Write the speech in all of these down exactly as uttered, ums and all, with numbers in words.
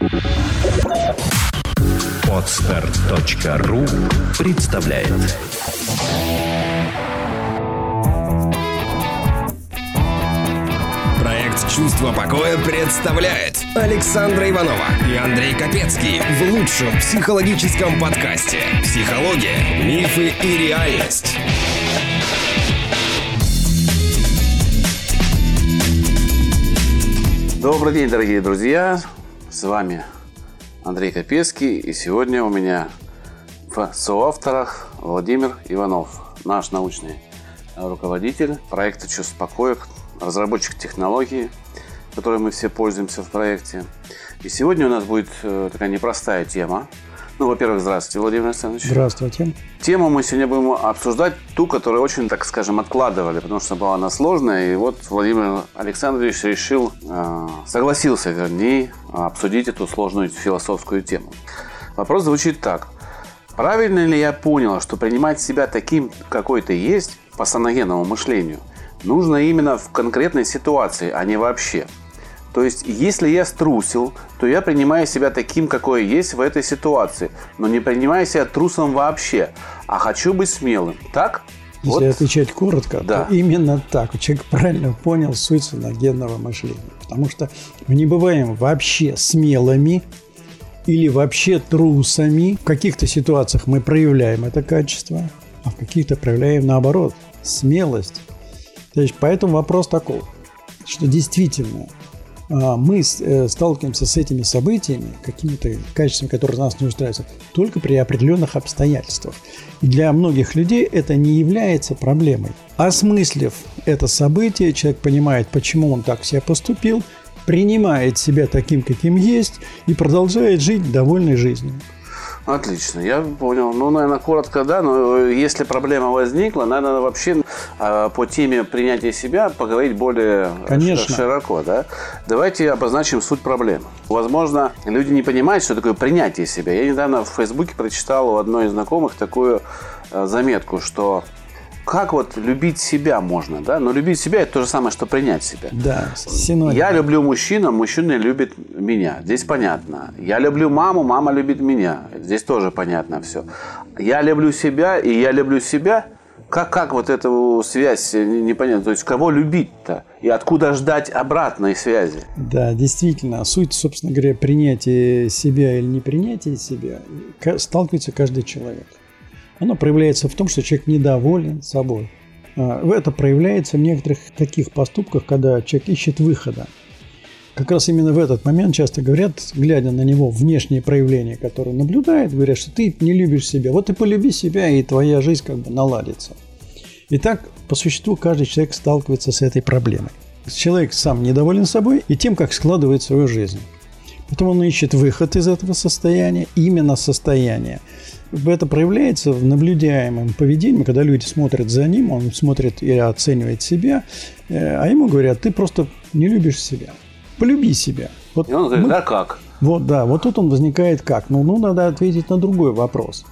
Подстер точка ру представляет. Проект «Чувство покоя» представляет Александра Иванова и Андрей Капецкий в лучшем психологическом подкасте «Психология, мифы и реальность». Добрый день, дорогие друзья! С вами Андрей Капецкий, и сегодня у меня в соавторах Владимир Иванов, наш научный руководитель проекта «Чувство покоя», разработчик технологии, которой мы все пользуемся в проекте. И сегодня у нас будет такая непростая тема. Ну, во-первых, здравствуйте, Владимир Александрович. Здравствуйте. Тему мы сегодня будем обсуждать, ту, которую очень, так скажем, откладывали, потому что была она сложная. И вот Владимир Александрович решил, э, согласился, вернее, обсудить эту сложную философскую тему. Вопрос звучит так. Правильно ли я понял, что принимать себя таким, какой ты есть, по саногенному мышлению, нужно именно в конкретной ситуации, а не вообще? То есть, если я струсил, то я принимаю себя таким, какой есть в этой ситуации, но не принимаю себя трусом вообще, а хочу быть смелым. Так? Если вот. отвечать коротко, Да. то именно так. Человек правильно понял суть саногенного мышления. Потому что мы не бываем вообще смелыми или вообще трусами. В каких-то ситуациях мы проявляем это качество, а в каких-то проявляем наоборот смелость. То есть, поэтому вопрос такой, что действительно мы сталкиваемся с этими событиями, какими-то качествами, которые нас не устраиваются, только при определенных обстоятельствах. И для многих людей это не является проблемой. Осмыслив это событие, человек понимает, почему он так себя поступил, принимает себя таким, каким есть, и продолжает жить довольной жизнью. Отлично, я понял. Ну, наверное, коротко, да, но если проблема возникла, надо вообще э, по теме принятия себя поговорить более Конечно. широко, да. Давайте обозначим суть проблемы. Возможно, люди не понимают, что такое принятие себя. Я недавно в Фейсбуке прочитал у одной из знакомых такую э, заметку, что как вот любить себя можно, да? Но любить себя – это то же самое, что принять себя. Да, синоним. Я люблю мужчину, мужчина любит меня. Здесь понятно. Я люблю маму, мама любит меня. Здесь тоже понятно все. Я люблю себя, и я люблю себя. Как, как вот эту связь непонятно? То есть, кого любить-то? И откуда ждать обратной связи? Да, действительно. Суть, собственно говоря, принятия себя или непринятия себя сталкивается каждый человек. Оно проявляется в том, что человек недоволен собой. Это проявляется в некоторых таких поступках, когда человек ищет выхода. Как раз именно в этот момент часто говорят, глядя на него внешние проявления, которые наблюдает, говорят, что ты не любишь себя. Вот и полюби себя, и твоя жизнь как бы наладится. Итак, по существу каждый человек сталкивается с этой проблемой. Человек сам недоволен собой и тем, как складывает свою жизнь. Потом он ищет выход из этого состояния, именно состояния. Это проявляется в наблюдаемом поведении, когда люди смотрят за ним, он смотрит и оценивает себя, а ему говорят, ты просто не любишь себя. Полюби себя. Вот и он говорит, мы... да как? Вот, да, вот тут он возникает как? Ну, ну, надо ответить на другой вопрос.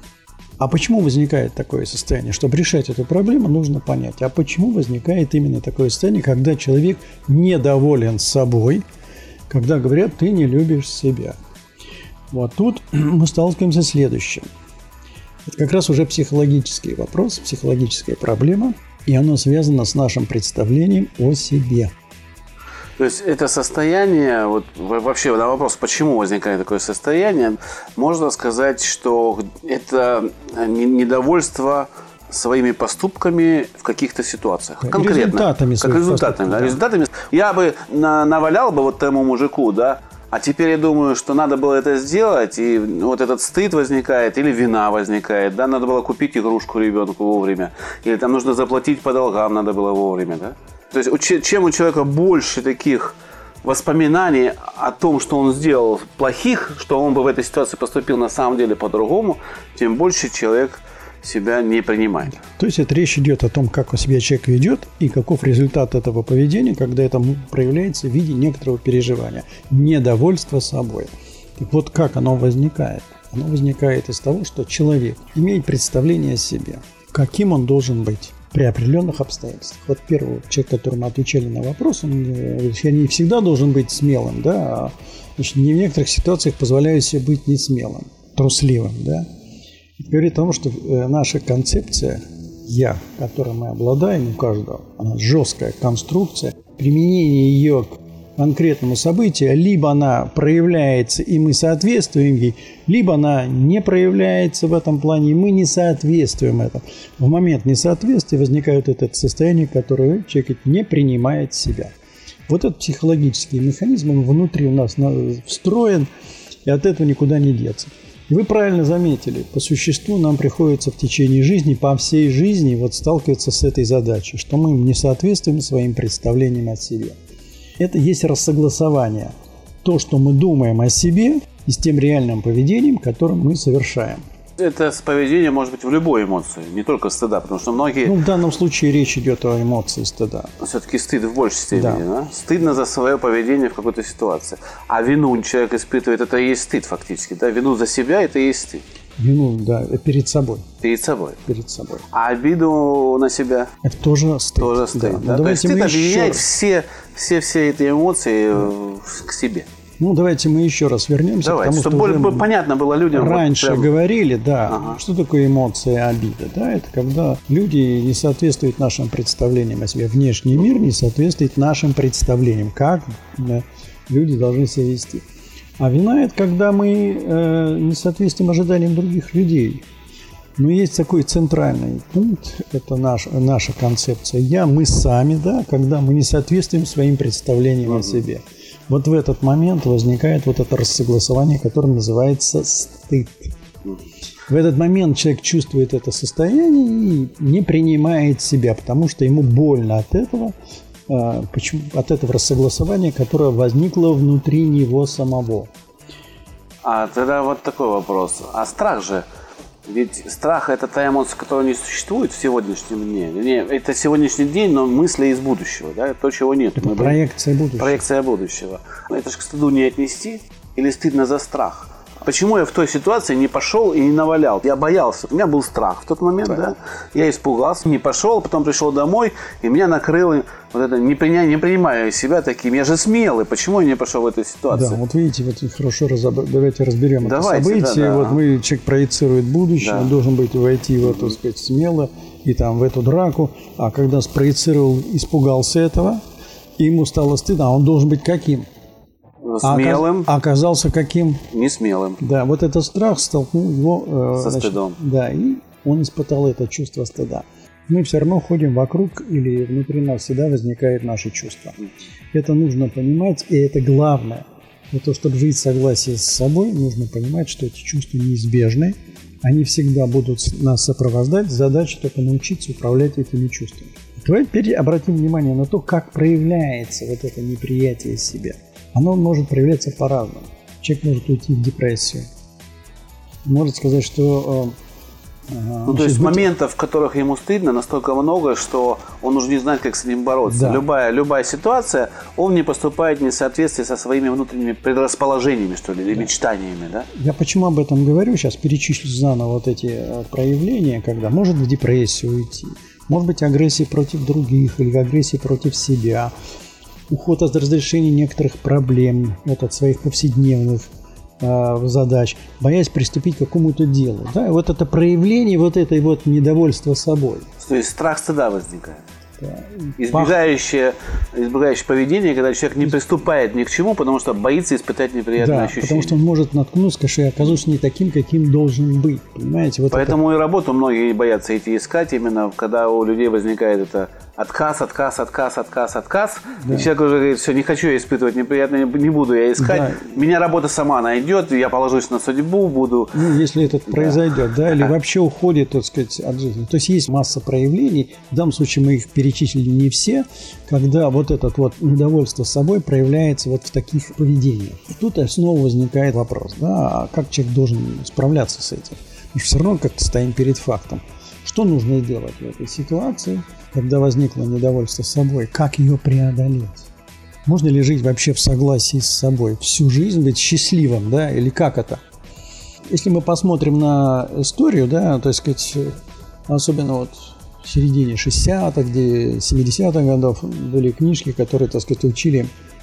А почему возникает такое состояние? Чтобы решать эту проблему, нужно понять, а почему возникает именно такое состояние, когда человек недоволен собой, когда говорят, ты не любишь себя. Вот тут мы сталкиваемся с следующим. Это как раз уже психологический вопрос, психологическая проблема, и оно связано с нашим представлением о себе. То есть это состояние, вот вообще на вопрос, почему возникает такое состояние, можно сказать, что это недовольство своими поступками в каких-то ситуациях. Да, конкретно. Результатами как результатами, да. да. результатами. Я бы навалял бы вот тому мужику, да, а теперь я думаю, что надо было это сделать, и вот этот стыд возникает, или вина возникает, да, надо было купить игрушку ребенку вовремя, или там нужно заплатить по долгам, надо было вовремя, да. То есть чем у человека больше таких воспоминаний о том, что он сделал плохих, что он бы в этой ситуации поступил на самом деле по-другому, тем больше человек себя не принимает. То есть это речь идет о том, как себя человек ведет и каков результат этого поведения, когда это проявляется в виде некоторого переживания, недовольства собой. Так вот, как оно возникает? Оно возникает из того, что человек имеет представление о себе, каким он должен быть при определенных обстоятельствах. Вот первый человек, которому отвечали на вопрос, он говорит, я не всегда должен быть смелым, да, значит, не в некоторых ситуациях позволяю себе быть несмелым, трусливым, да. Это говорит о том, что наша концепция «я», которой мы обладаем у каждого, она жесткая конструкция, применение ее к конкретному событию, либо она проявляется, и мы соответствуем ей, либо она не проявляется в этом плане, и мы не соответствуем этому. В момент несоответствия возникает это состояние, которое человек не принимает себя. Вот этот психологический механизм, он внутри у нас встроен, и от этого никуда не деться. И вы правильно заметили, по существу нам приходится в течение жизни, по всей жизни вот сталкиваться с этой задачей, что мы не соответствуем своим представлениям о себе. Это есть рассогласование. То, что мы думаем о себе, и с тем реальным поведением, которое мы совершаем. Это поведение может быть в любой эмоции, не только стыда, потому что многие... Ну, в данном случае речь идет о эмоции стыда. Все-таки стыд в большей степени, да. Да? Стыдно за свое поведение в какой-то ситуации. А вину человек испытывает, это и есть стыд фактически, да? Вину за себя – это и есть стыд. Вину, да, перед собой. Перед собой. Перед собой. А обиду на себя? Это тоже стыд. Тоже стыд, да. да? То есть стыд объединяет еще... все, все, все эти эмоции к себе. Ну, давайте мы еще раз вернемся. Давайте, к тому, чтобы более уже понятно было людям. Раньше вот прям... говорили, да, ага. Что такое эмоция обида. Да? Это когда люди не соответствуют нашим представлениям о себе. Внешний мир не соответствует нашим представлениям, как да, люди должны себя вести. А вина – это когда мы э, не соответствуем ожиданиям других людей. Но есть такой центральный пункт, это наш, наша концепция «я», мы сами, да, когда мы не соответствуем своим представлениям mm-hmm. о себе. Вот в этот момент возникает вот это рассогласование, которое называется стыд. Mm-hmm. В этот момент человек чувствует это состояние и не принимает себя, потому что ему больно от этого, э, почему, от этого рассогласования, которое возникло внутри него самого. А тогда вот такой вопрос. А страх же? Ведь страх – это та эмоция, которая не существует в сегодняшнем дне. Не, это сегодняшний день, но мысли из будущего, да, то, чего нет. Это Мы проекция будущего. Проекция будущего. Это же к стыду не отнести или стыдно за страх? Почему я в той ситуации не пошел и не навалял? Я боялся. У меня был страх в тот момент, да. да? Я испугался, не пошел, потом пришел домой, и меня накрыло вот это, не, приня... не принимая себя таким. Я же смелый, почему я не пошел в эту ситуацию? Да, вот видите, вот хорошо разобрать. Давайте разберем Давайте, это событие. Да, да. Вот мы, человек проецирует будущее, да. Он должен быть войти в эту, так сказать, смело, и там в эту драку. А когда спроецировал, испугался этого, и ему стало стыдно, а он должен быть каким? Смелым. А оказался каким? Не смелым. Да, вот этот страх столкнул его... Э, Со значит, стыдом. Да, и он испытал это чувство стыда. Мы все равно ходим вокруг, или внутри нас всегда возникает наше чувство. Это нужно понимать, и это главное. Для того, чтобы жить в согласии с собой, нужно понимать, что эти чувства неизбежны. Они всегда будут нас сопровождать. Задача только научиться управлять этими чувствами. Давайте теперь обратим внимание на то, как проявляется вот это неприятие себя. Оно может проявляться по-разному. Человек может уйти в депрессию. Может сказать, что... Э, ну, то есть быть... моментов, в которых ему стыдно, настолько много, что он уже не знает, как с ним бороться. Да. Любая, любая ситуация, он не поступает в несоответствии со своими внутренними предрасположениями, что ли, или да. мечтаниями. Да? Я почему об этом говорю? Сейчас перечислю заново вот эти проявления, когда может в депрессию уйти, может быть агрессия против других или агрессия против себя. Уход от разрешения некоторых проблем, вот от своих повседневных э, задач, боясь приступить к какому-то делу. Да? Вот это проявление вот этой вот недовольства собой. То есть страх стыда возникает. Да. Избегающее, избегающее поведение, когда человек не приступает ни к чему, потому что боится испытать неприятные да, ощущения. Потому что он может наткнуться, что я окажусь не таким, каким должен быть. Понимаете? Вот Поэтому это... и работу многие боятся идти искать, именно когда у людей возникает это отказ, отказ, отказ, отказ, отказ. Да. И человек уже говорит, все, не хочу я испытывать неприятное, не буду я искать. Да. Меня работа сама найдет, я положусь на судьбу, буду... Ну, если это да. произойдет, да, или вообще уходит, так сказать, от жизни. То есть есть масса проявлений, в данном случае мы их перечислили не все, когда вот это вот недовольство собой проявляется вот в таких поведениях. И тут снова возникает вопрос, да, а как человек должен справляться с этим? Мы все равно как-то стоим перед фактом. Что нужно сделать в этой ситуации, когда возникло недовольство собой? Как ее преодолеть? Можно ли жить вообще в согласии с собой? Всю жизнь быть счастливым, да? Или как это? Если мы посмотрим на историю, да, так сказать, особенно вот в середине шестидесятых, где семидесятых годов были книжки, которые, так сказать, учили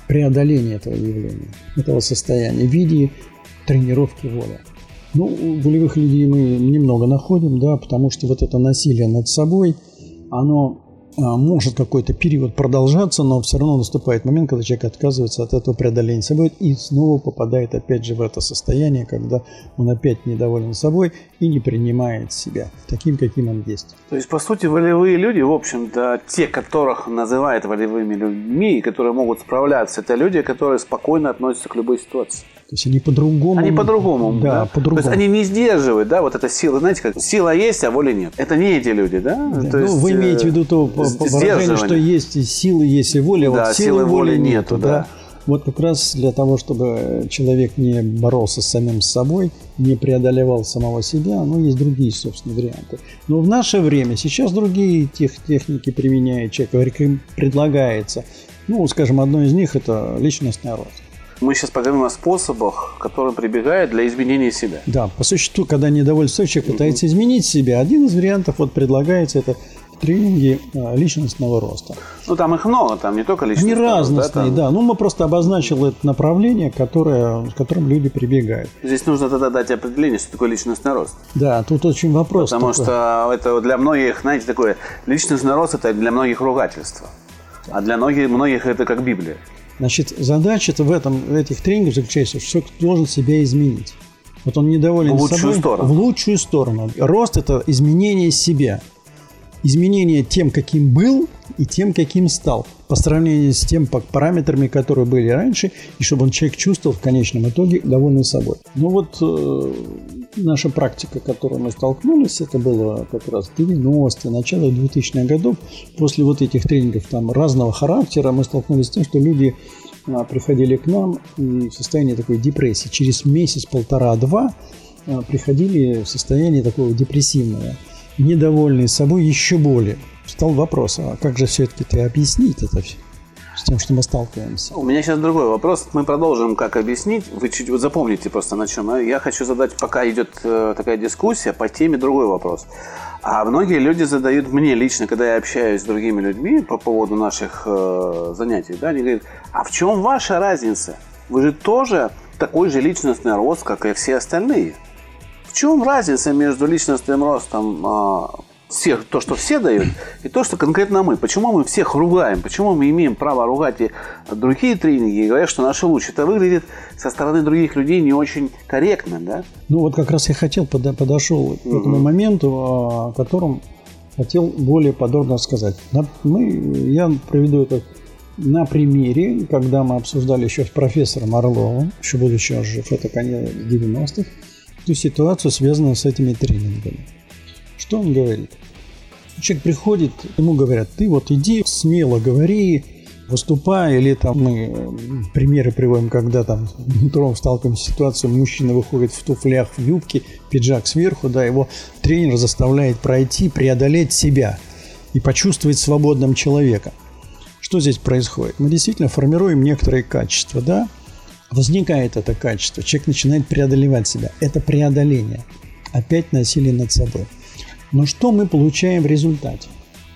преодоления этого явления, этого состояния в виде тренировки воли. Ну, волевых людей мы немного находим, да, потому что вот это насилие над собой, оно а, может какой-то период продолжаться, но все равно наступает момент, когда человек отказывается от этого преодоления собой и снова попадает опять же в это состояние, когда он опять недоволен собой и не принимает себя таким, каким он есть. То есть, по сути, волевые люди, в общем-то, те, которых называют волевыми людьми, которые могут справляться, это люди, которые спокойно относятся к любой ситуации. То есть они по-другому. Они по-другому, да, да? по-другому. То есть они не сдерживают, да, вот эта сила, знаете, как сила есть, а воли нет. Это не эти люди, да? да. То ну, есть, вы имеете в виду то выражение, что есть и силы, есть и воля, да, вот силы и воли нету, нету, да. да. Вот как раз для того, чтобы человек не боролся с самим собой, не преодолевал самого себя, ну, есть другие, собственно, варианты. Но в наше время сейчас другие тех, техники применяет человек, предлагается. Ну, скажем, одно из них – это личностный рост. Мы сейчас поговорим о способах, к которым прибегают для изменения себя. Да, по существу, когда недовольство человек пытается изменить себя, один из вариантов вот предлагается – это тренинги личностного роста. Ну, там их много, там не только личностный рост. Они разностные, да, там... да. Ну, мы просто обозначили это направление, которое, к которым люди прибегают. Здесь нужно тогда дать определение, что такое личностный рост. Да, тут очень вопрос. Потому такой. что это для многих, знаете, такое, личностный рост – это для многих ругательство. А для многих, многих это как Библия. Значит, задача-то в, этом, в этих тренингах заключается, что человек должен себя изменить. Вот он недоволен в лучшую собой. Сторону. В лучшую сторону. Рост – это изменение себя. Изменение тем, каким был, и тем, каким стал. По сравнению с тем параметрами, которые были раньше, и чтобы он человек чувствовал в конечном итоге довольный собой. Ну вот э, наша практика, к которой мы столкнулись, это было как раз девяностые, начало двухтысячных годов. После вот этих тренингов там разного характера мы столкнулись с тем, что люди а, приходили к нам и в состоянии такой депрессии. Через месяц, полтора-два а, приходили в состояние такого депрессивного. Недовольный собой еще более. Встал вопрос, а как же все-таки ты объяснить это все? С тем, что мы сталкиваемся. У меня сейчас другой вопрос. Мы продолжим, как объяснить. Вы чуть вот запомните просто на чем. Я хочу задать, пока идет э, такая дискуссия, по теме другой вопрос. А многие люди задают мне лично, когда я общаюсь с другими людьми по поводу наших э, занятий, да, они говорят, а в чем ваша разница? Вы же тоже такой же личностный рост, как и все остальные. В чем разница между личностным ростом э, всех, то, что все дают, и то, что конкретно мы? Почему мы всех ругаем? Почему мы имеем право ругать и другие тренинги и говорят, что наши лучше? Это выглядит со стороны других людей не очень корректно, да? Ну вот как раз я хотел, подошел к этому угу. моменту, о котором хотел более подробно сказать. Мы, я приведу это на примере, когда мы обсуждали еще с профессором Орловым, еще будучи жив, это конец девяностых, ту ситуацию, связанную с этими тренингами. Что он говорит? Человек приходит, ему говорят, ты вот иди, смело говори, выступай, или там мы примеры приводим, когда там утром сталкиваемся с ситуацией, мужчина выходит в туфлях, в юбке, пиджак сверху, да, его тренер заставляет пройти, преодолеть себя и почувствовать свободным человека. Что здесь происходит? Мы действительно формируем некоторые качества, да? Возникает это качество, человек начинает преодолевать себя. Это преодоление. Опять насилие над собой. Но что мы получаем в результате?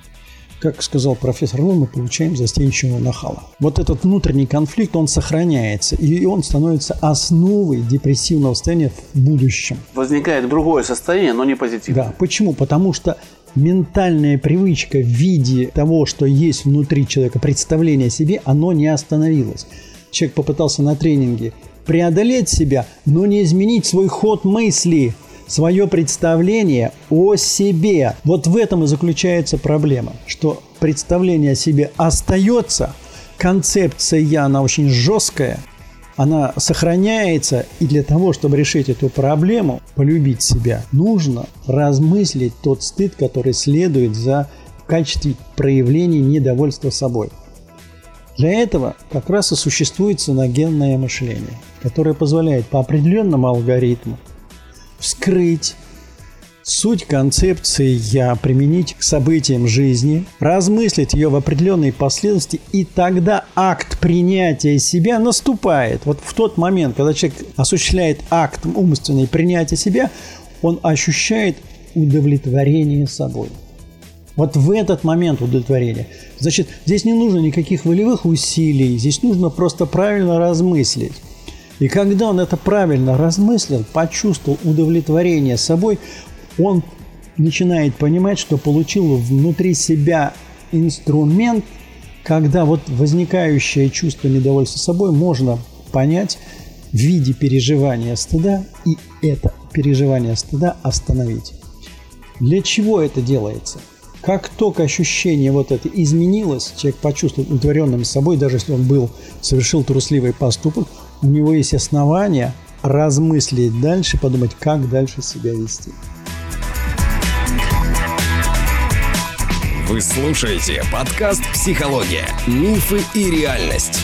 Как сказал профессор Лун, мы получаем застенчивого нахала. Вот этот внутренний конфликт, он сохраняется, и он становится основой депрессивного состояния в будущем. Возникает другое состояние, но не позитивное. Да, почему? Потому что ментальная привычка в виде того, что есть внутри человека, представление о себе, оно не остановилось. Человек попытался на тренинге преодолеть себя, но не изменить свой ход мысли, свое представление о себе. Вот в этом и заключается проблема, что представление о себе остается, концепция «я», она очень жесткая, она сохраняется, и для того, чтобы решить эту проблему, полюбить себя, нужно размыслить тот стыд, который следует за в качестве проявления недовольства собой. Для этого как раз и существует саногенное мышление, которое позволяет по определенному алгоритму вскрыть суть концепции «я», применить к событиям жизни, размыслить ее в определенной последовательности, и тогда акт принятия себя наступает. Вот в тот момент, когда человек осуществляет акт умственного принятия себя, он ощущает удовлетворение собой. Вот в этот момент удовлетворения. Значит, здесь не нужно никаких волевых усилий, здесь нужно просто правильно размыслить. И когда он это правильно размыслил, почувствовал удовлетворение собой, он начинает понимать, что получил внутри себя инструмент, когда вот возникающее чувство недовольства собой можно понять в виде переживания стыда и это переживание стыда остановить. Для чего это делается? Как только ощущение вот это изменилось, человек почувствовал удовлетворенным собой, даже если он был, совершил трусливый поступок, у него есть основания размыслить дальше, подумать, как дальше себя вести. Вы слушаете подкаст «Психология. Мифы и реальность».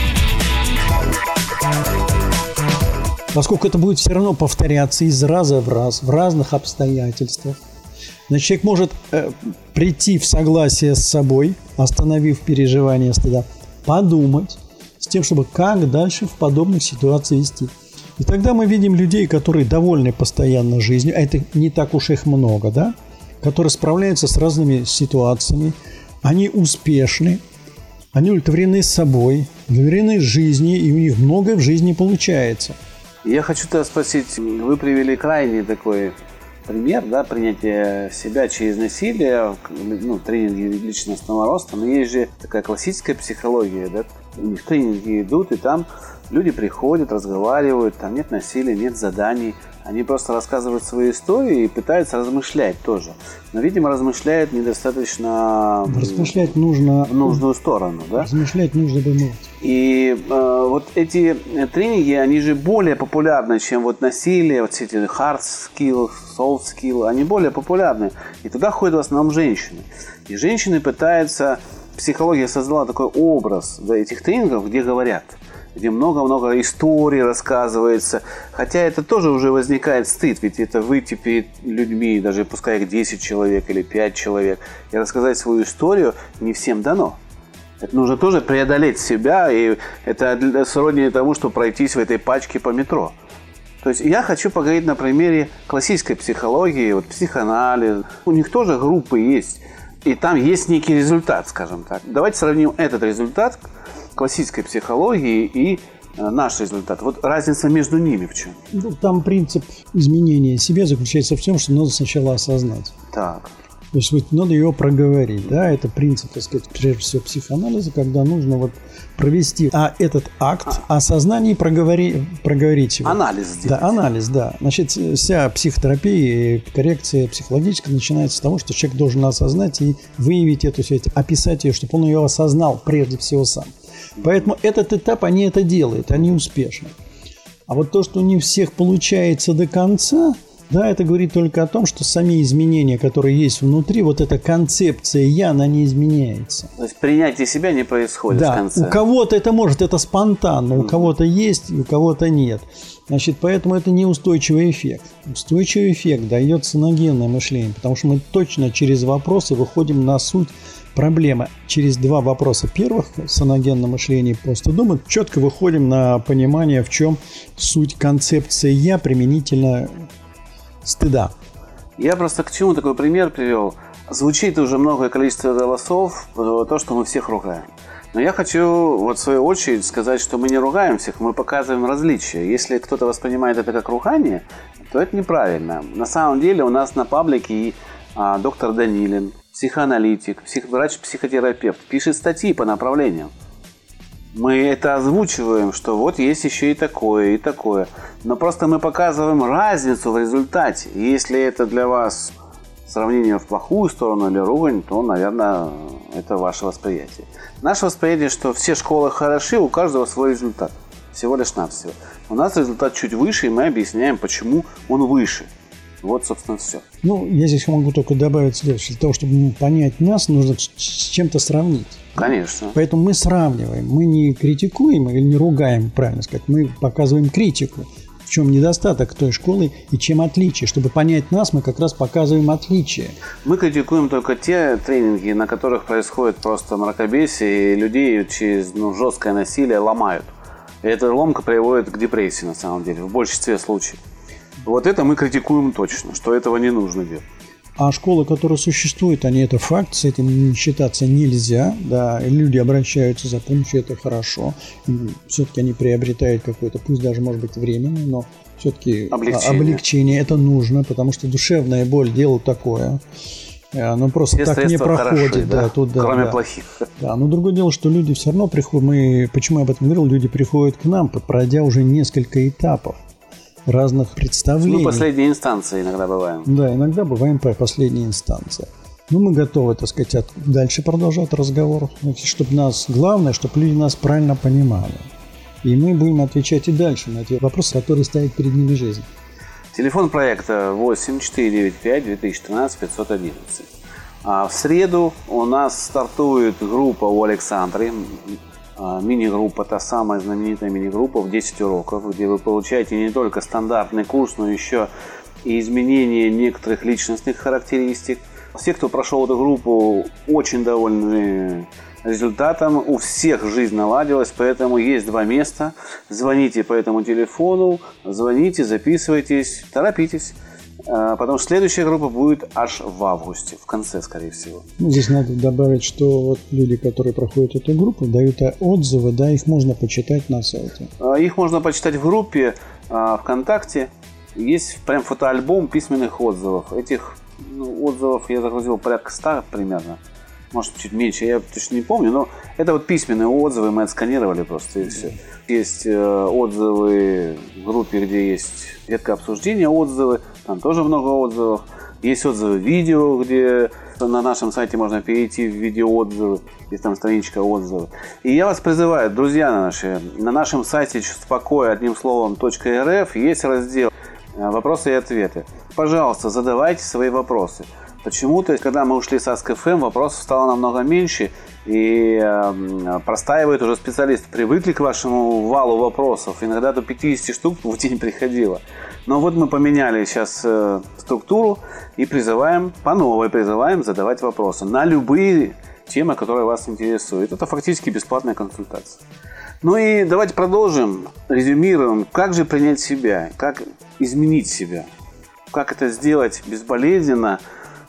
Поскольку это будет все равно повторяться из раза в раз, в разных обстоятельствах, значит, человек может э, прийти в согласие с собой, остановив переживание стыда, подумать с тем, чтобы как дальше в подобных ситуациях вести. И тогда мы видим людей, которые довольны постоянно жизнью, а это не так уж их много, да? Которые справляются с разными ситуациями, они успешны, они удовлетворены собой, удовлетворены жизнью, и у них многое в жизни получается. Я хочу тебя спросить, вы привели крайний такой пример, да, принятия себя через насилие, ну, тренинги личностного роста, но есть же такая классическая психология, да, у них тренинги идут, и там люди приходят, разговаривают, там нет насилия, нет заданий, они просто рассказывают свои истории и пытаются размышлять тоже. Но, видимо, размышляют недостаточно... Размышлять нужно... В нужную сторону, да? Размышлять нужно думать. И э, вот эти тренинги, они же более популярны, чем вот насилие, вот все эти hard skill, soft skill, они более популярны. И туда ходят в основном женщины. И женщины пытаются... Психология создала такой образ, да, этих тренингов, где говорят, где много-много историй рассказывается. Хотя это тоже уже возникает стыд, ведь это выйти перед людьми, даже пускай их десять человек или пять человек, и рассказать свою историю не всем дано. Это нужно тоже преодолеть себя, и это сродни тому, что пройтись в этой пачке по метро. То есть я хочу поговорить на примере классической психологии, вот психоанализ. У них тоже группы есть, и там есть некий результат, скажем так. Давайте сравним этот результат классической психологии и э, наш результат. Вот разница между ними в чем? Ну, там принцип изменения себя заключается в том, что надо сначала осознать. Так. То есть вот, надо его проговорить. Да? Это принцип, так сказать, прежде всего психоанализа, когда нужно вот провести а, этот акт а. осознания и проговори, проговорить его. Анализ сделать. Да, анализ, да. Значит, вся психотерапия и коррекция психологическая начинается с того, что человек должен осознать и выявить эту сеть, описать ее, чтобы он ее осознал прежде всего сам. Поэтому этот этап они это делают, они успешны. А вот то, что не у всех получается до конца, да, это говорит только о том, что сами изменения, которые есть внутри, вот эта концепция «я», она не изменяется. То есть принятие себя не происходит да, в конце. У кого-то это может, это спонтанно, у кого-то есть, у кого-то нет. Значит, поэтому это неустойчивый эффект. Устойчивый эффект дает саногенное мышление, потому что мы точно через вопросы выходим на суть проблемы. Через два вопроса первых, саногенное мышление и просто думать, четко выходим на понимание, в чем суть концепции «я» применительно стыда. Я просто к чему такой пример привел. Звучит уже многое количество голосов, то, что мы всех ругаем. Но я хочу, вот в свою очередь, сказать, что мы не ругаем всех, мы показываем различия. Если кто-то воспринимает это как ругание, то это неправильно. На самом деле у нас на паблике и а, доктор Данилин, психоаналитик, псих, врач-психотерапевт, пишет статьи по направлениям. Мы это озвучиваем, что вот есть еще и такое, и такое. Но просто мы показываем разницу в результате. И если это для вас сравнение в плохую сторону или ругань, то, наверное, это ваше восприятие. Наше восприятие, что все школы хороши, у каждого свой результат. Всего лишь навсего. У нас результат чуть выше, и мы объясняем, почему он выше. Вот, собственно, все. Ну, я здесь могу только добавить следующее. Для того, чтобы понять нас, нужно с чем-то сравнить. Конечно. Поэтому мы сравниваем. Мы не критикуем или не ругаем, правильно сказать. Мы показываем критику. В чем недостаток той школы и чем отличие. Чтобы понять нас, мы как раз показываем отличие. Мы критикуем только те тренинги, на которых происходит просто мракобесие, и людей через ну, жесткое насилие ломают. И эта ломка приводит к депрессии, на самом деле, в большинстве случаев. Вот это мы критикуем точно, что этого не нужно делать. А школы, которые существуют, они это факт, с этим считаться нельзя. Да, люди обращаются за помощью, это хорошо. Все-таки они приобретают какое-то, пусть даже может быть временное, но все-таки облегчение. облегчение это нужно, потому что душевная боль дело такое. Оно просто все так не проходит. Хороши, да? Да, тут, да, кроме да. плохих. Да, но другое дело, что люди все равно приходят, мы, почему я об этом говорил, люди приходят к нам, пройдя уже несколько этапов разных представлений. Мы последней инстанции иногда бываем. Да, иногда бываем по последней инстанции. Но мы готовы, так сказать, от, дальше продолжать разговор. Чтобы нас, главное, чтобы люди нас правильно понимали. И мы будем отвечать и дальше на те вопросы, которые ставит перед ними жизнь. Телефон проекта восемь четыре девять пять две тысячи тринадцать пятьсот одиннадцать. А в среду у нас стартует группа у Александры. Мини-группа, та самая знаменитая мини-группа в десять уроков, где вы получаете не только стандартный курс, но еще и изменение некоторых личностных характеристик. Все, кто прошел эту группу, очень довольны результатом. У всех жизнь наладилась, поэтому есть два места. Звоните по этому телефону, звоните, записывайтесь, торопитесь. Потому что следующая группа будет аж в августе, в конце, скорее всего. Ну, здесь надо добавить, что вот люди, которые проходят эту группу, дают отзывы, да, их можно почитать на сайте. Их можно почитать в группе ВКонтакте. Есть прям фотоальбом письменных отзывов. Этих ну, отзывов я загрузил порядка ста примерно. Может, чуть меньше, я точно не помню, но это вот письменные отзывы, мы отсканировали просто и все. Есть э, отзывы в группе, где есть редкое обсуждение, отзывы, там тоже много отзывов. Есть отзывы видео, где на нашем сайте можно перейти в видеоотзывы, есть там страничка отзывов. И я вас призываю, друзья наши, на нашем сайте «Чувствопокой» одним словом .рф есть раздел «Вопросы и ответы». Пожалуйста, задавайте свои вопросы. Почему-то, когда мы ушли с Ask.эф эм, вопросов стало намного меньше, и э, простаивает уже специалист. Привыкли к вашему валу вопросов, иногда до пятьдесят штук в день приходило. Но вот мы поменяли сейчас э, структуру и призываем, по новой призываем задавать вопросы на любые темы, которые вас интересуют. Это фактически бесплатная консультация. Ну и давайте продолжим, резюмируем, как же принять себя, как изменить себя, как это сделать безболезненно,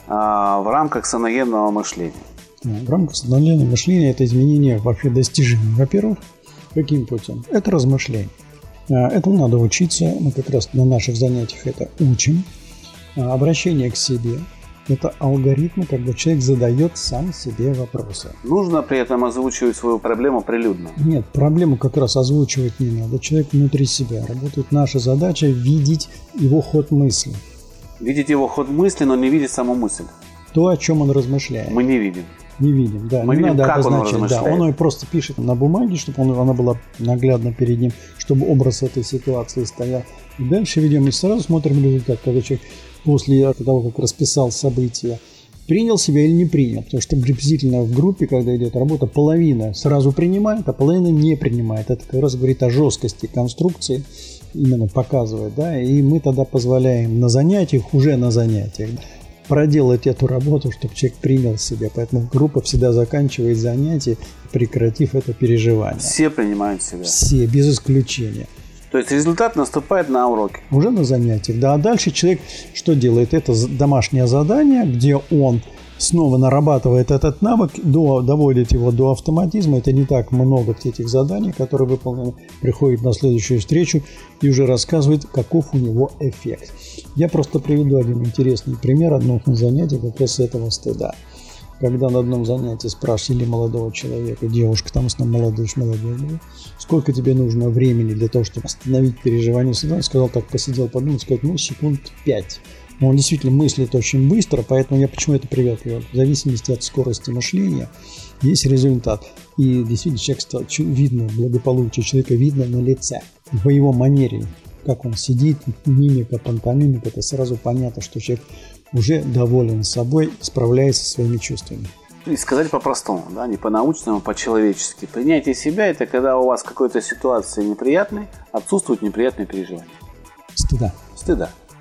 в рамках саногенного мышления. В рамках саногенного мышления это изменение вообще достижимо. Во-первых, каким путем? Это размышление. Этому надо учиться. Мы как раз на наших занятиях это учим. Обращение к себе. Это алгоритмы, когда человек задает сам себе вопросы. Нужно при этом озвучивать свою проблему прилюдно? Нет, проблему как раз озвучивать не надо. Человек внутри себя работает. Наша задача видеть его ход мысли. Видеть его ход мысли, но не видеть саму мысль. То, о чем он размышляет. Мы не видим. Не видим, да. Мы не видим, надо как обозначать. он размышляет. Да, он ее просто пишет на бумаге, чтобы он, она была наглядно перед ним, чтобы образ этой ситуации стоял. И дальше ведем и сразу смотрим результат, когда человек после того, как расписал события, принял себя или не принял. Потому что приблизительно в группе, когда идет работа, половина сразу принимает, а половина не принимает. Это как раз говорит о жесткости конструкции, именно показывает, да, и мы тогда позволяем на занятиях, уже на занятиях, проделать эту работу, чтобы человек принял себя. Поэтому группа всегда заканчивает занятие, прекратив это переживание. Все принимают себя. Все, без исключения. То есть результат наступает на уроке. Уже на занятиях, да. А дальше человек что делает? Это домашнее задание, где он снова нарабатывает этот навык, до, доводит его до автоматизма. Это не так много этих заданий, которые выполнены, приходит на следующую встречу и уже рассказывает, каков у него эффект. Я просто приведу один интересный пример одного занятия как раз с этого стыда. Когда на одном занятии спросили молодого человека, девушка там с ним молодой, молодой, сколько тебе нужно времени для того, чтобы остановить переживание стыда, он сказал так, посидел, подумал, сказал, ну, секунд пять. Но он действительно мыслит очень быстро, поэтому я почему это привел? В зависимости от скорости мышления есть результат. И действительно человек стал, видно, благополучие человека видно на лице, по его манере, как он сидит, мимика, пантомимика, это сразу понятно, что человек уже доволен собой, справляется со своими чувствами. И сказать по-простому, да, не по-научному, по-человечески. Принятие себя – это когда у вас в какой-то ситуации неприятной отсутствуют неприятные переживания. Стыда. Стыда.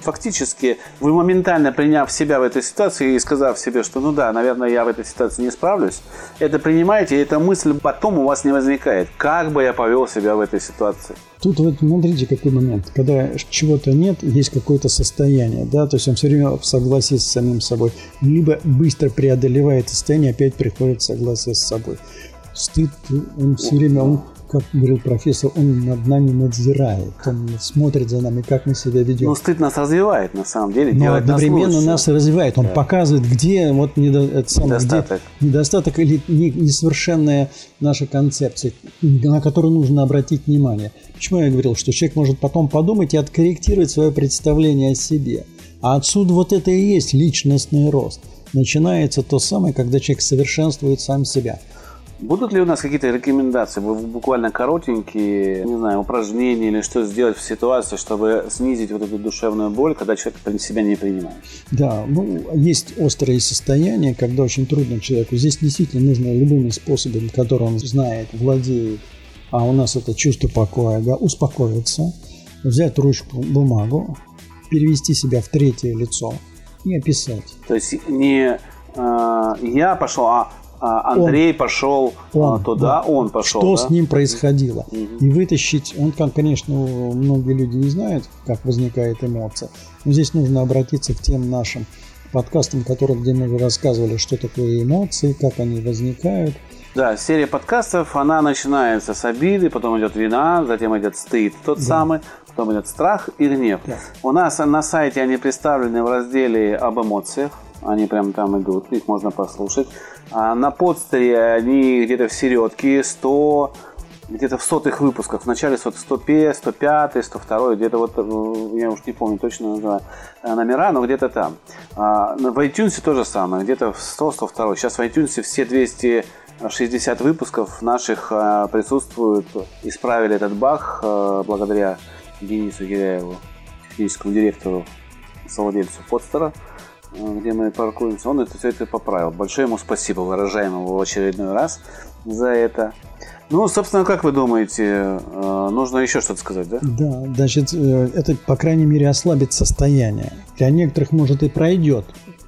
фактически вы моментально приняв себя в этой ситуации и сказав себе, что ну да, наверное, я в этой ситуации не справлюсь, это принимаете, и эта мысль потом у вас не возникает. Как бы я повел себя в этой ситуации? Тут вот смотрите, какой момент. Когда чего-то нет, есть какое-то состояние, да, то есть он все время в согласии с самим собой. Либо быстро преодолевает состояние, опять приходит в согласие с собой. Стыд, он все время, он, как говорил профессор, он над нами надзирает, он смотрит за нами, как мы себя ведем. Ну, стыд нас развивает, на самом деле. Но одновременно нас, нас развивает. Он да. показывает, где вот недо, это самое, недостаток. Где недостаток или несовершенная наша концепция, на которую нужно обратить внимание. Почему я говорил, что человек может потом подумать и откорректировать свое представление о себе. А отсюда вот это и есть личностный рост. Начинается то самое, когда человек совершенствует сам себя. Будут ли у нас какие-то рекомендации, буквально коротенькие, не знаю, упражнения или что сделать в ситуации, чтобы снизить вот эту душевную боль, когда человек себя не принимает? Да, ну, есть острые состояния, когда очень трудно человеку. Здесь действительно нужно любыми способами, которые он знает, владеет, а у нас это чувство покоя, да, успокоиться, взять ручку, бумагу, перевести себя в третье лицо и описать. То есть не э, я пошел, а Андрей он, пошел он, туда, да. он пошел. Что да? с ним происходило. Угу. И вытащить, он, конечно, многие люди не знают, как возникает эмоция, но здесь нужно обратиться к тем нашим подкастам, которые, где мы рассказывали, что такое эмоции, как они возникают. Да, серия подкастов, она начинается с обиды, потом идет вина, затем идет стыд тот да. самый, потом идет страх и гнев. Да. У нас на сайте они представлены в разделе об эмоциях. Они прям там идут, их можно послушать. А на подстере они где-то в середке, сто, где-то в сотых выпусках. В начале сто, сто пять, сто пять, сто два, где-то вот, я уж не помню точно называю номера, но где-то там. А в iTunes то же самое, где-то в сто, сто два. Сейчас в iTunes все двести шестьдесят выпусков наших присутствуют. Исправили этот баг благодаря Денису Гиряеву, техническому директору, совладельцу подстера, где мы паркуемся, он это все это поправил. Большое ему спасибо, выражаем его в очередной раз за это. Ну, собственно, как вы думаете, нужно еще что-то сказать, да? Да, значит, это, по крайней мере, ослабит состояние. Для некоторых, может, и пройдет,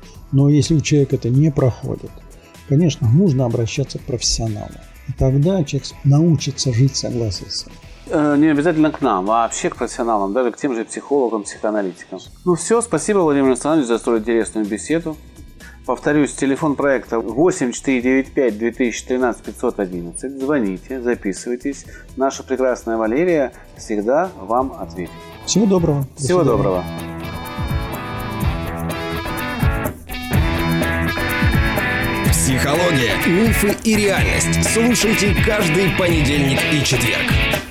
но если у человека это не проходит, конечно, нужно обращаться к профессионалу. И тогда человек научится жить в согласии с собой. Не обязательно к нам, а вообще к профессионалам, даже к тем же психологам, психоаналитикам. Ну все, спасибо, Владимир Александрович, за столь интересную беседу. Повторюсь, телефон проекта восемь четыре девять пять две тысячи тринадцать пятьсот одиннадцать. Звоните, записывайтесь. Наша прекрасная Валерия всегда вам ответит. Всего доброго. Всего доброго. Психология, мифы и реальность. Слушайте каждый понедельник и четверг.